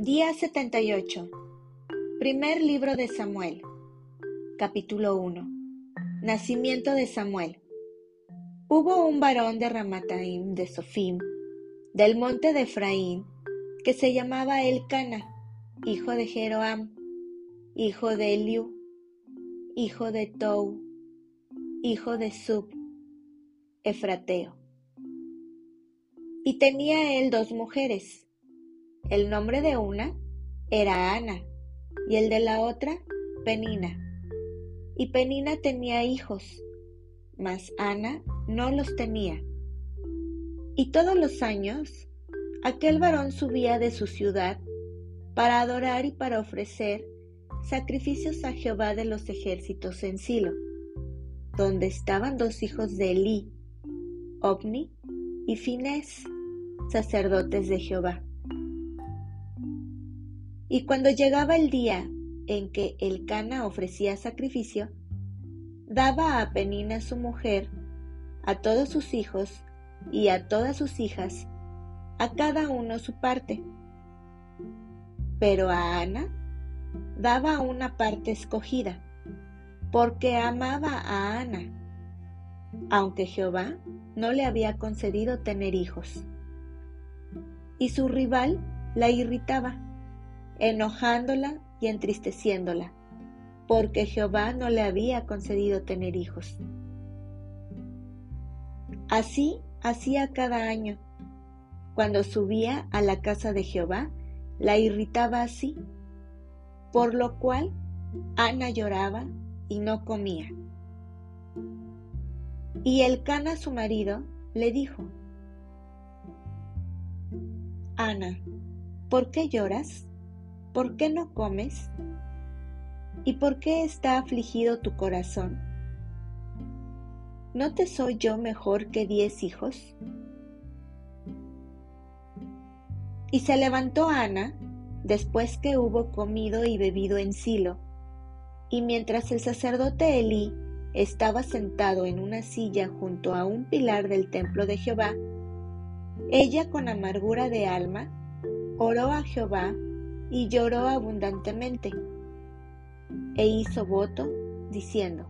Día 78. Primer libro de Samuel. Capítulo 1. Nacimiento de Samuel. Hubo un varón de Ramataim de Sofim, del monte de Efraín, que se llamaba Elcana, hijo de Jeroam, hijo de Eliú, hijo de Tou, hijo de Sub, efrateo. Y tenía él 2 mujeres. El nombre de una era Ana, y el de la otra, Penina. Y Penina tenía hijos, mas Ana no los tenía. Y todos los años, aquel varón subía de su ciudad para adorar y para ofrecer sacrificios a Jehová de los ejércitos en Silo, donde estaban 2 hijos de Elí, Ofni y Finés, sacerdotes de Jehová. Y cuando llegaba el día en que Elcana ofrecía sacrificio, daba a Penina su mujer, a todos sus hijos y a todas sus hijas, a cada uno su parte. Pero a Ana daba una parte escogida, porque amaba a Ana, aunque Jehová no le había concedido tener hijos. Y su rival la irritaba, enojándola y entristeciéndola, porque Jehová no le había concedido tener hijos. Así hacía cada año. Cuando subía a la casa de Jehová, la irritaba así, por lo cual Ana lloraba y no comía. Y Elcana, su marido, le dijo: Ana, ¿por qué lloras? ¿Por qué no comes? ¿Y por qué está afligido tu corazón? ¿No te soy yo mejor que 10 hijos? Y se levantó Ana, después que hubo comido y bebido en Silo, y mientras el sacerdote Elí estaba sentado en una silla junto a un pilar del templo de Jehová, ella con amargura de alma oró a Jehová y lloró abundantemente, e hizo voto, diciendo: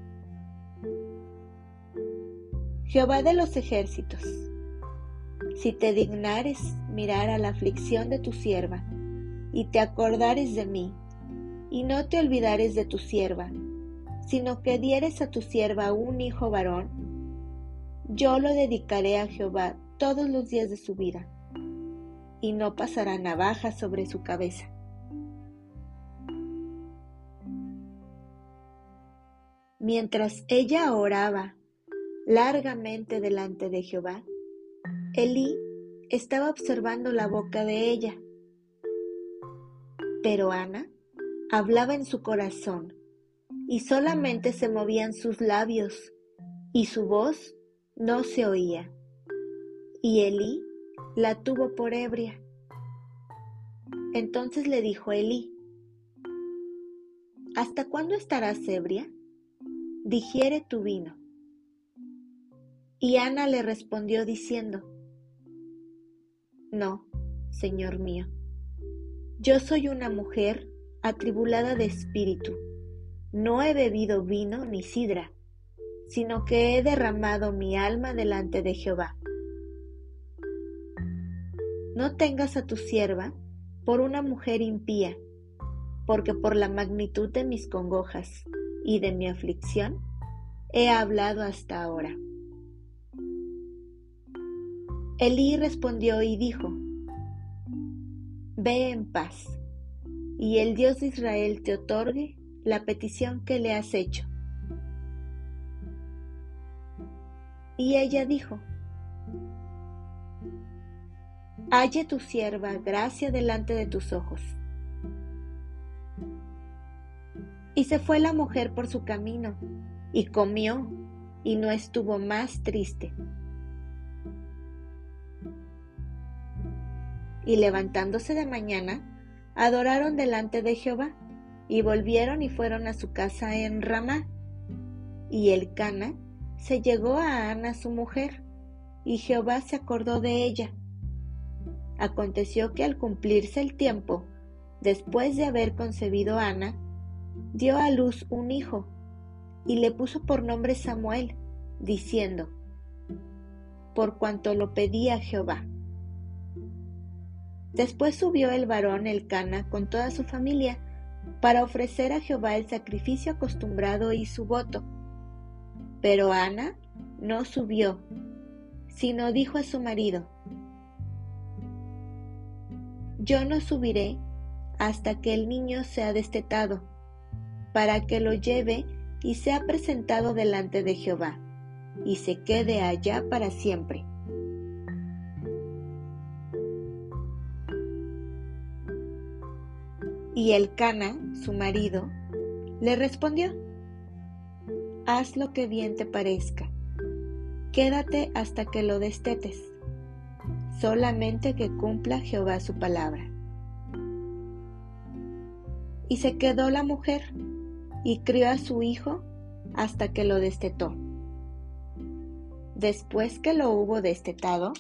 Jehová de los ejércitos, si te dignares mirar a la aflicción de tu sierva, y te acordares de mí, y no te olvidares de tu sierva, sino que dieres a tu sierva un hijo varón, yo lo dedicaré a Jehová todos los días de su vida, y no pasará navaja sobre su cabeza. Mientras ella oraba largamente delante de Jehová, Elí estaba observando la boca de ella. Pero Ana hablaba en su corazón, y solamente se movían sus labios, y su voz no se oía. Y Elí la tuvo por ebria. Entonces le dijo Elí: ¿Hasta cuándo estarás ebria? Digiere tu vino. Y Ana le respondió diciendo: No, Señor mío, yo soy una mujer atribulada de espíritu, no he bebido vino ni sidra, sino que he derramado mi alma delante de Jehová. No tengas a tu sierva por una mujer impía, porque por la magnitud de mis congojas y de mi aflicción he hablado hasta ahora. Elí respondió y dijo: Ve en paz, y el Dios de Israel te otorgue la petición que le has hecho. Y ella dijo: Halle tu sierva gracia delante de tus ojos. Y se fue la mujer por su camino, y comió, y no estuvo más triste. Y levantándose de mañana, adoraron delante de Jehová, y volvieron y fueron a su casa en Ramá. Y Elcana se llegó a Ana su mujer, y Jehová se acordó de ella. Aconteció que al cumplirse el tiempo, después de haber concebido Ana, dio a luz un hijo, y le puso por nombre Samuel, diciendo: por cuanto lo pedí a Jehová. Después subió el varón Elcana con toda su familia para ofrecer a Jehová el sacrificio acostumbrado y su voto. Pero Ana no subió, sino dijo a su marido: yo no subiré hasta que el niño sea destetado, para que lo lleve y sea presentado delante de Jehová, y se quede allá para siempre. Y Elcana, su marido, le respondió: haz lo que bien te parezca, quédate hasta que lo destetes, solamente que cumpla Jehová su palabra. Y se quedó la mujer, y crió a su hijo hasta que lo destetó. Después que lo hubo destetado,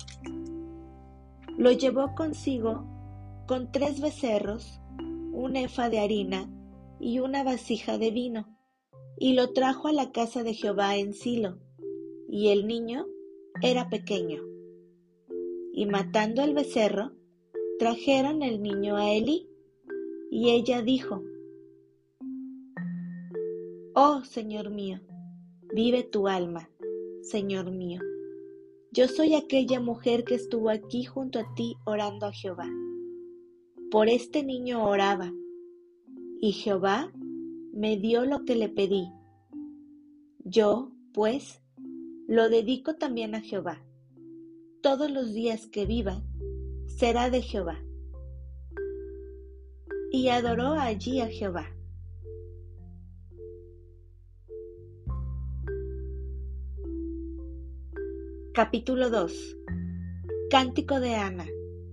lo llevó consigo con 3 becerros, un efa de harina y una vasija de vino, y lo trajo a la casa de Jehová en Silo, y el niño era pequeño. Y matando el becerro, trajeron el niño a Elí, y ella dijo: oh, Señor mío, vive tu alma, Señor mío. Yo soy aquella mujer que estuvo aquí junto a ti orando a Jehová. Por este niño oraba, y Jehová me dio lo que le pedí. Yo, pues, lo dedico también a Jehová. Todos los días que viva, será de Jehová. Y adoró allí a Jehová. Capítulo 2. Cántico de Ana.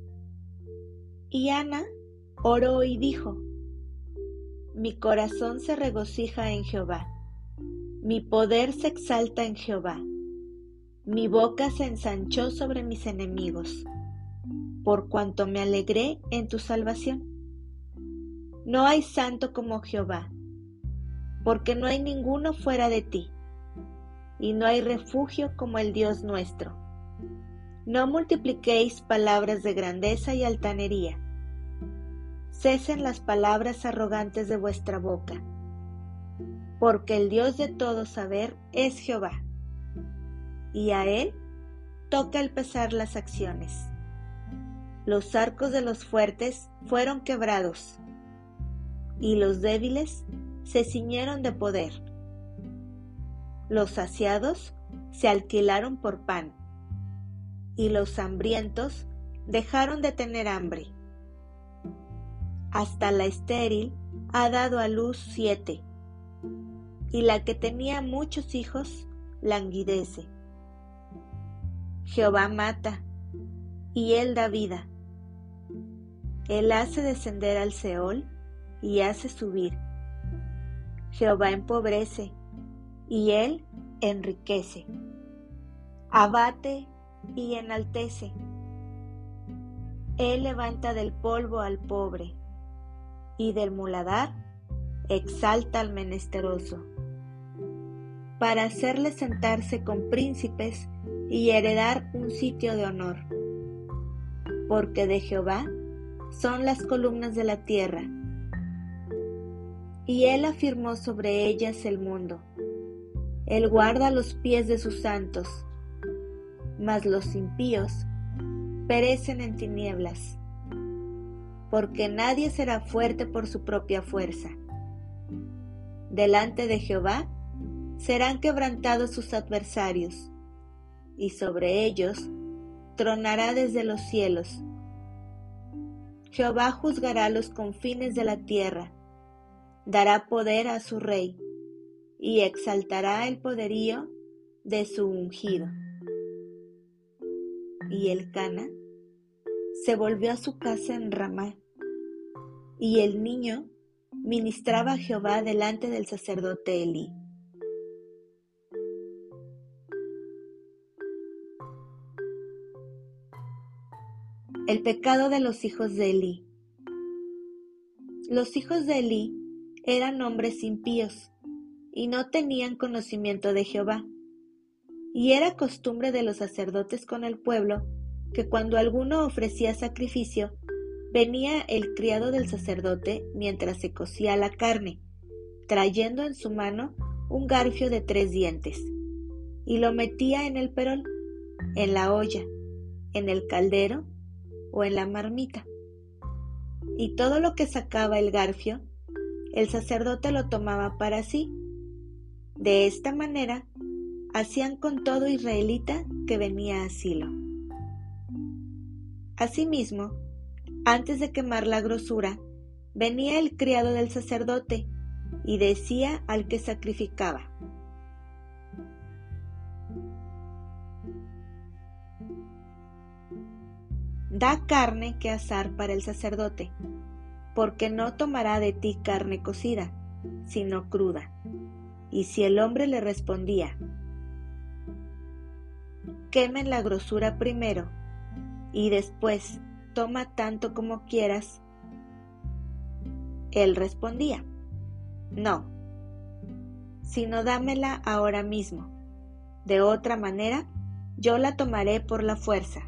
Y Ana oró y dijo: mi corazón se regocija en Jehová, mi poder se exalta en Jehová, mi boca se ensanchó sobre mis enemigos, por cuanto me alegré en tu salvación. No hay santo como Jehová, porque no hay ninguno fuera de ti, y no hay refugio como el Dios nuestro. No multipliquéis palabras de grandeza y altanería. Cesen las palabras arrogantes de vuestra boca, porque el Dios de todo saber es Jehová, y a él toca el pesar las acciones. Los arcos de los fuertes fueron quebrados, y los débiles se ciñeron de poder. Los saciados se alquilaron por pan, y los hambrientos dejaron de tener hambre. Hasta la estéril ha dado a luz 7, y la que tenía muchos hijos languidece. Jehová mata, y él da vida. Él hace descender al Seol, y hace subir. Jehová empobrece, y él enriquece. Abate y enaltece. Él levanta del polvo al pobre, y del muladar exalta al menesteroso, para hacerle sentarse con príncipes y heredar un sitio de honor. Porque de Jehová son las columnas de la tierra, y él afirmó sobre ellas el mundo. Él guarda los pies de sus santos, mas los impíos perecen en tinieblas, porque nadie será fuerte por su propia fuerza. Delante de Jehová serán quebrantados sus adversarios, y sobre ellos tronará desde los cielos. Jehová juzgará los confines de la tierra, dará poder a su rey, y exaltará el poderío de su ungido. Y Elcana se volvió a su casa en Ramá, y el niño ministraba a Jehová delante del sacerdote Elí. El pecado de los hijos de Elí. Los hijos de Elí eran hombres impíos y no tenían conocimiento de Jehová. Y era costumbre de los sacerdotes con el pueblo que cuando alguno ofrecía sacrificio, venía el criado del sacerdote mientras se cocía la carne, trayendo en su mano un garfio de 3 dientes, y lo metía en el perol, en la olla, en el caldero o en la marmita. Y todo lo que sacaba el garfio, el sacerdote lo tomaba para sí. De esta manera, hacían con todo israelita que venía a Silo. Asimismo, antes de quemar la grosura, venía el criado del sacerdote y decía al que sacrificaba: da carne que asar para el sacerdote, porque no tomará de ti carne cocida, sino cruda. Y si el hombre le respondía: quemen la grosura primero, y después toma tanto como quieras, él respondía: no, sino dámela ahora mismo, de otra manera yo la tomaré por la fuerza.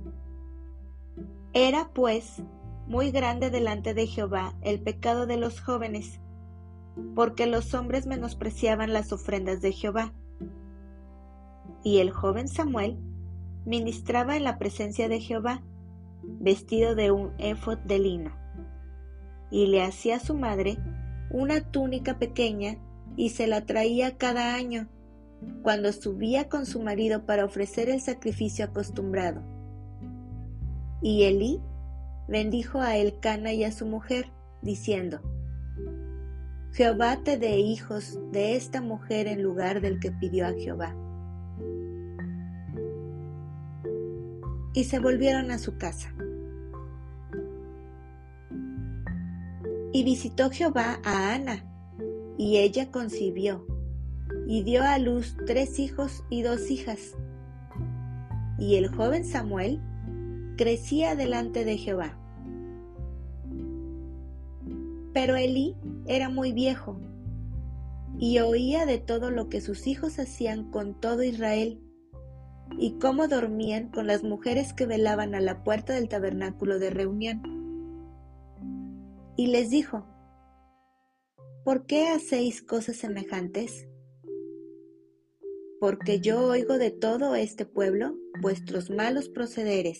Era, pues, muy grande delante de Jehová el pecado de los jóvenes, porque los hombres menospreciaban las ofrendas de Jehová. Y el joven Samuel ministraba en la presencia de Jehová, vestido de un éfod de lino, y le hacía a su madre una túnica pequeña y se la traía cada año, cuando subía con su marido para ofrecer el sacrificio acostumbrado. Y Elí bendijo a Elcana y a su mujer, diciendo: Jehová te dé hijos de esta mujer en lugar del que pidió a Jehová. Y se volvieron a su casa. Y visitó Jehová a Ana, y ella concibió, y dio a luz 3 hijos y 2 hijas. Y el joven Samuel crecía delante de Jehová. Pero Elí era muy viejo, y oía de todo lo que sus hijos hacían con todo Israel, y cómo dormían con las mujeres que velaban a la puerta del tabernáculo de reunión. Y les dijo: ¿por qué hacéis cosas semejantes? Porque yo oigo de todo este pueblo vuestros malos procederes.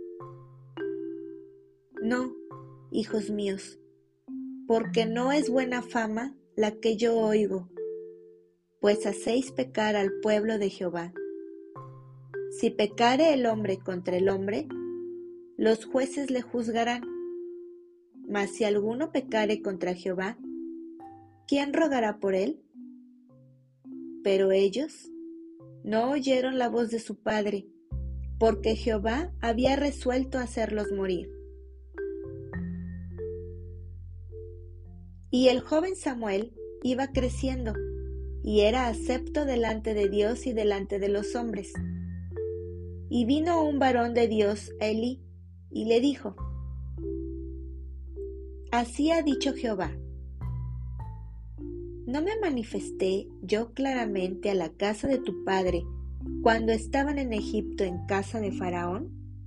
No, hijos míos, porque no es buena fama la que yo oigo, pues hacéis pecar al pueblo de Jehová. Si pecare el hombre contra el hombre, los jueces le juzgarán. Mas si alguno pecare contra Jehová, ¿quién rogará por él? Pero ellos no oyeron la voz de su padre, porque Jehová había resuelto hacerlos morir. Y el joven Samuel iba creciendo, y era acepto delante de Dios y delante de los hombres. Y vino un varón de Dios a Elí, y le dijo: Así ha dicho Jehová: ¿no me manifesté yo claramente a la casa de tu padre cuando estaban en Egipto en casa de Faraón?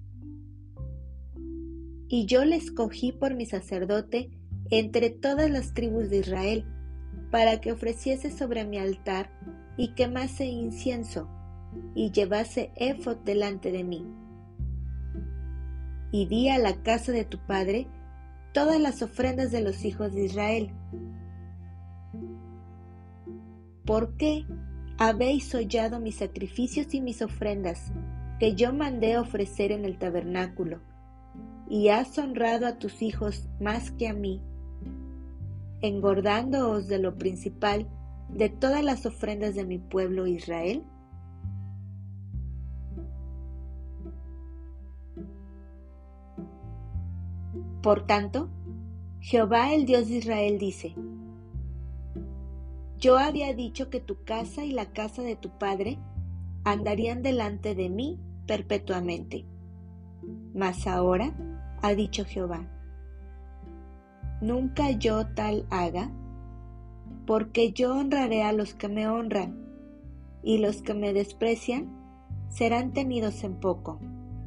Y yo le escogí por mi sacerdote entre todas las tribus de Israel, para que ofreciese sobre mi altar y quemase incienso, y llevase éfod delante de mí. Y di a la casa de tu padre todas las ofrendas de los hijos de Israel. ¿Por qué habéis hollado mis sacrificios y mis ofrendas que yo mandé ofrecer en el tabernáculo, y has honrado a tus hijos más que a mí, engordándoos de lo principal de todas las ofrendas de mi pueblo Israel? Por tanto, Jehová el Dios de Israel dice: Yo había dicho que tu casa y la casa de tu padre andarían delante de mí perpetuamente. Mas ahora, ha dicho Jehová, nunca yo tal haga, porque yo honraré a los que me honran, y los que me desprecian serán tenidos en poco.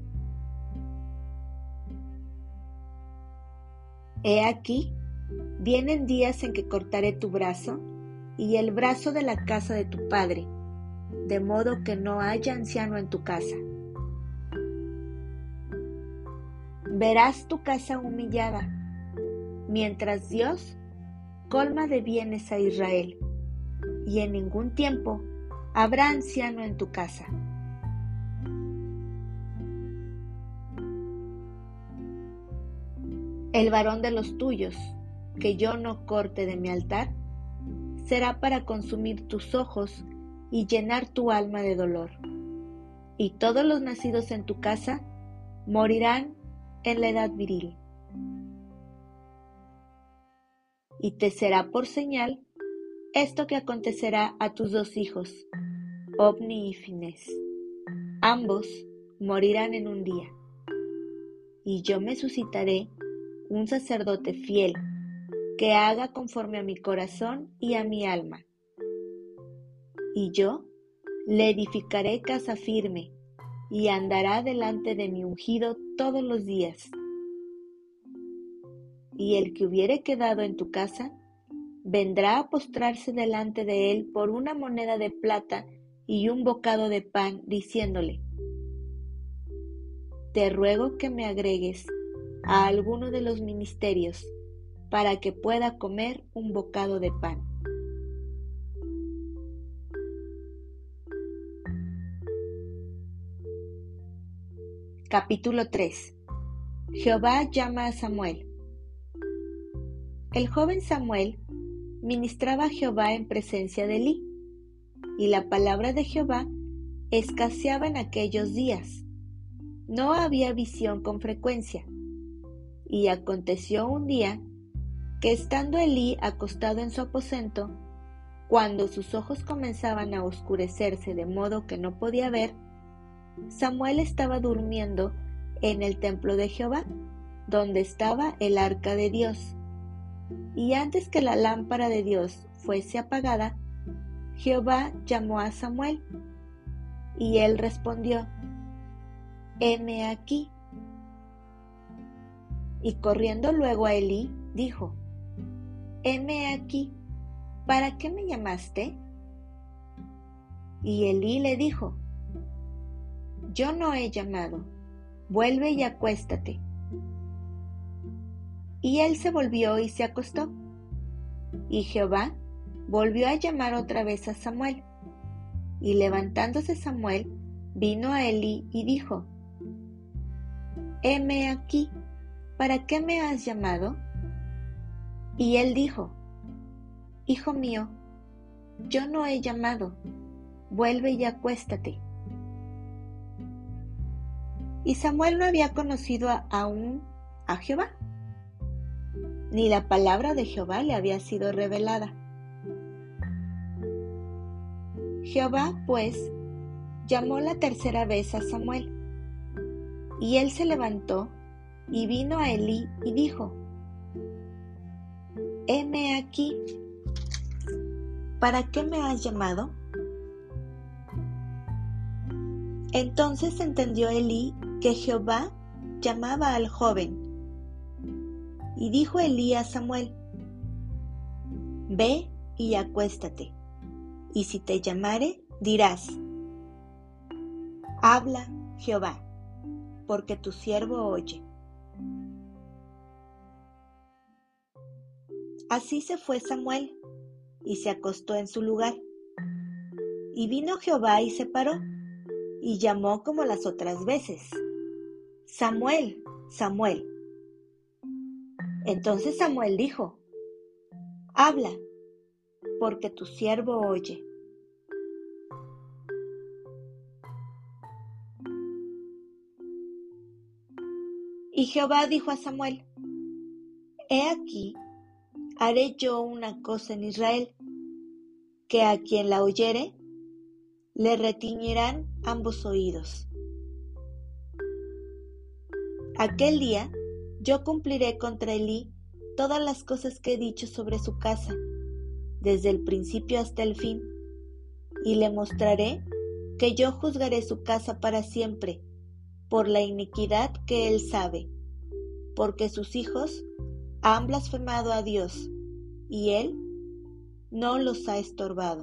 He aquí, vienen días en que cortaré tu brazo y el brazo de la casa de tu padre, de modo que no haya anciano en tu casa. Verás tu casa humillada, mientras Dios colma de bienes a Israel, y en ningún tiempo habrá anciano en tu casa. El varón de los tuyos, que yo no corte de mi altar, será para consumir tus ojos y llenar tu alma de dolor. Y todos los nacidos en tu casa morirán en la edad viril. Y te será por señal esto que acontecerá a tus dos hijos, Ofni y Finés. Ambos morirán en un día. Y yo me suscitaré un sacerdote fiel, que haga conforme a mi corazón y a mi alma. Y yo le edificaré casa firme, y andará delante de mi ungido todos los días. Y el que hubiere quedado en tu casa, vendrá a postrarse delante de él por una moneda de plata y un bocado de pan, diciéndole, te ruego que me agregues a alguno de los ministerios, para que pueda comer un bocado de pan. Capítulo 3. Jehová llama a Samuel. El joven Samuel ministraba a Jehová en presencia de Elí, y la palabra de Jehová escaseaba en aquellos días. No había visión con frecuencia. Y aconteció un día que estando Elí acostado en su aposento, cuando sus ojos comenzaban a oscurecerse de modo que no podía ver, Samuel estaba durmiendo en el templo de Jehová, donde estaba el arca de Dios. Y antes que la lámpara de Dios fuese apagada, Jehová llamó a Samuel, y él respondió, heme aquí. Y corriendo luego a Elí, dijo, heme aquí, ¿para qué me llamaste? Y Elí le dijo, yo no he llamado, vuelve y acuéstate. Y él se volvió y se acostó. Y Jehová volvió a llamar otra vez a Samuel. Y levantándose Samuel, vino a Elí y dijo, heme aquí, ¿para qué me has llamado? Y él dijo, hijo mío, yo no he llamado, vuelve y acuéstate. Y Samuel no había conocido aún a Jehová, ni la palabra de Jehová le había sido revelada. Jehová, pues, llamó la tercera vez a Samuel, y él se levantó y vino a Elí y dijo, heme aquí, ¿para qué me has llamado? Entonces entendió Elí que Jehová llamaba al joven. Y dijo Elí a Samuel, ve y acuéstate, y si te llamare, dirás, habla Jehová, porque tu siervo oye. Así se fue Samuel, y se acostó en su lugar. Y vino Jehová y se paró, y llamó como las otras veces, Samuel, Samuel. Entonces Samuel dijo, habla, porque tu siervo oye. Y Jehová dijo a Samuel, he aquí, haré yo una cosa en Israel, que a quien la oyere, le retiñirán ambos oídos. Aquel día yo cumpliré contra Elí todas las cosas que he dicho sobre su casa, desde el principio hasta el fin, y le mostraré que yo juzgaré su casa para siempre, por la iniquidad que él sabe, porque sus hijos han blasfemado a Dios, y él no los ha estorbado.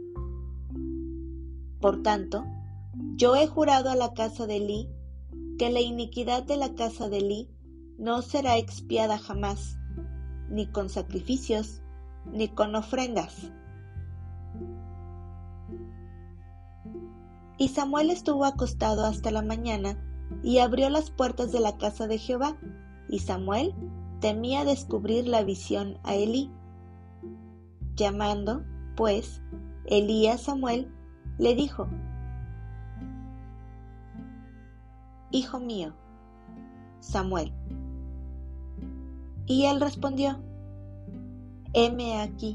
Por tanto, yo he jurado a la casa de Elí que la iniquidad de la casa de Elí no será expiada jamás, ni con sacrificios, ni con ofrendas. Y Samuel estuvo acostado hasta la mañana, y abrió las puertas de la casa de Jehová, y Samuel temía descubrir la visión a Elí. Llamando, pues, Elí a Samuel, le dijo: Hijo mío, Samuel. Y él respondió: Heme aquí.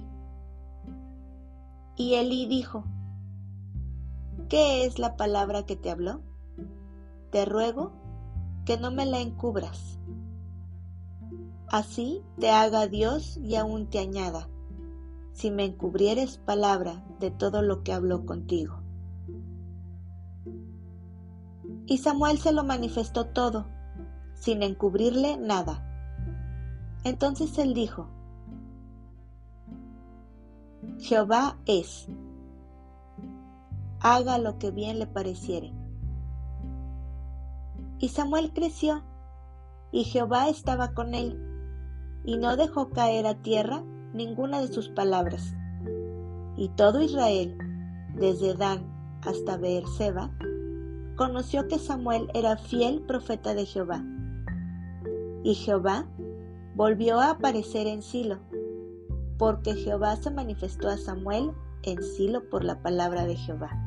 Y Elí dijo: ¿Qué es la palabra que te habló? Te ruego que no me la encubras. Así te haga Dios y aún te añada, si me encubrieres palabra de todo lo que habló contigo. Y Samuel se lo manifestó todo, sin encubrirle nada. Entonces él dijo: Jehová es, haga lo que bien le pareciere. Y Samuel creció, y Jehová estaba con él, y no dejó caer a tierra ninguna de sus palabras. Y todo Israel, desde Dan hasta Beerseba, conoció que Samuel era fiel profeta de Jehová. Y Jehová volvió a aparecer en Silo, porque Jehová se manifestó a Samuel en Silo por la palabra de Jehová.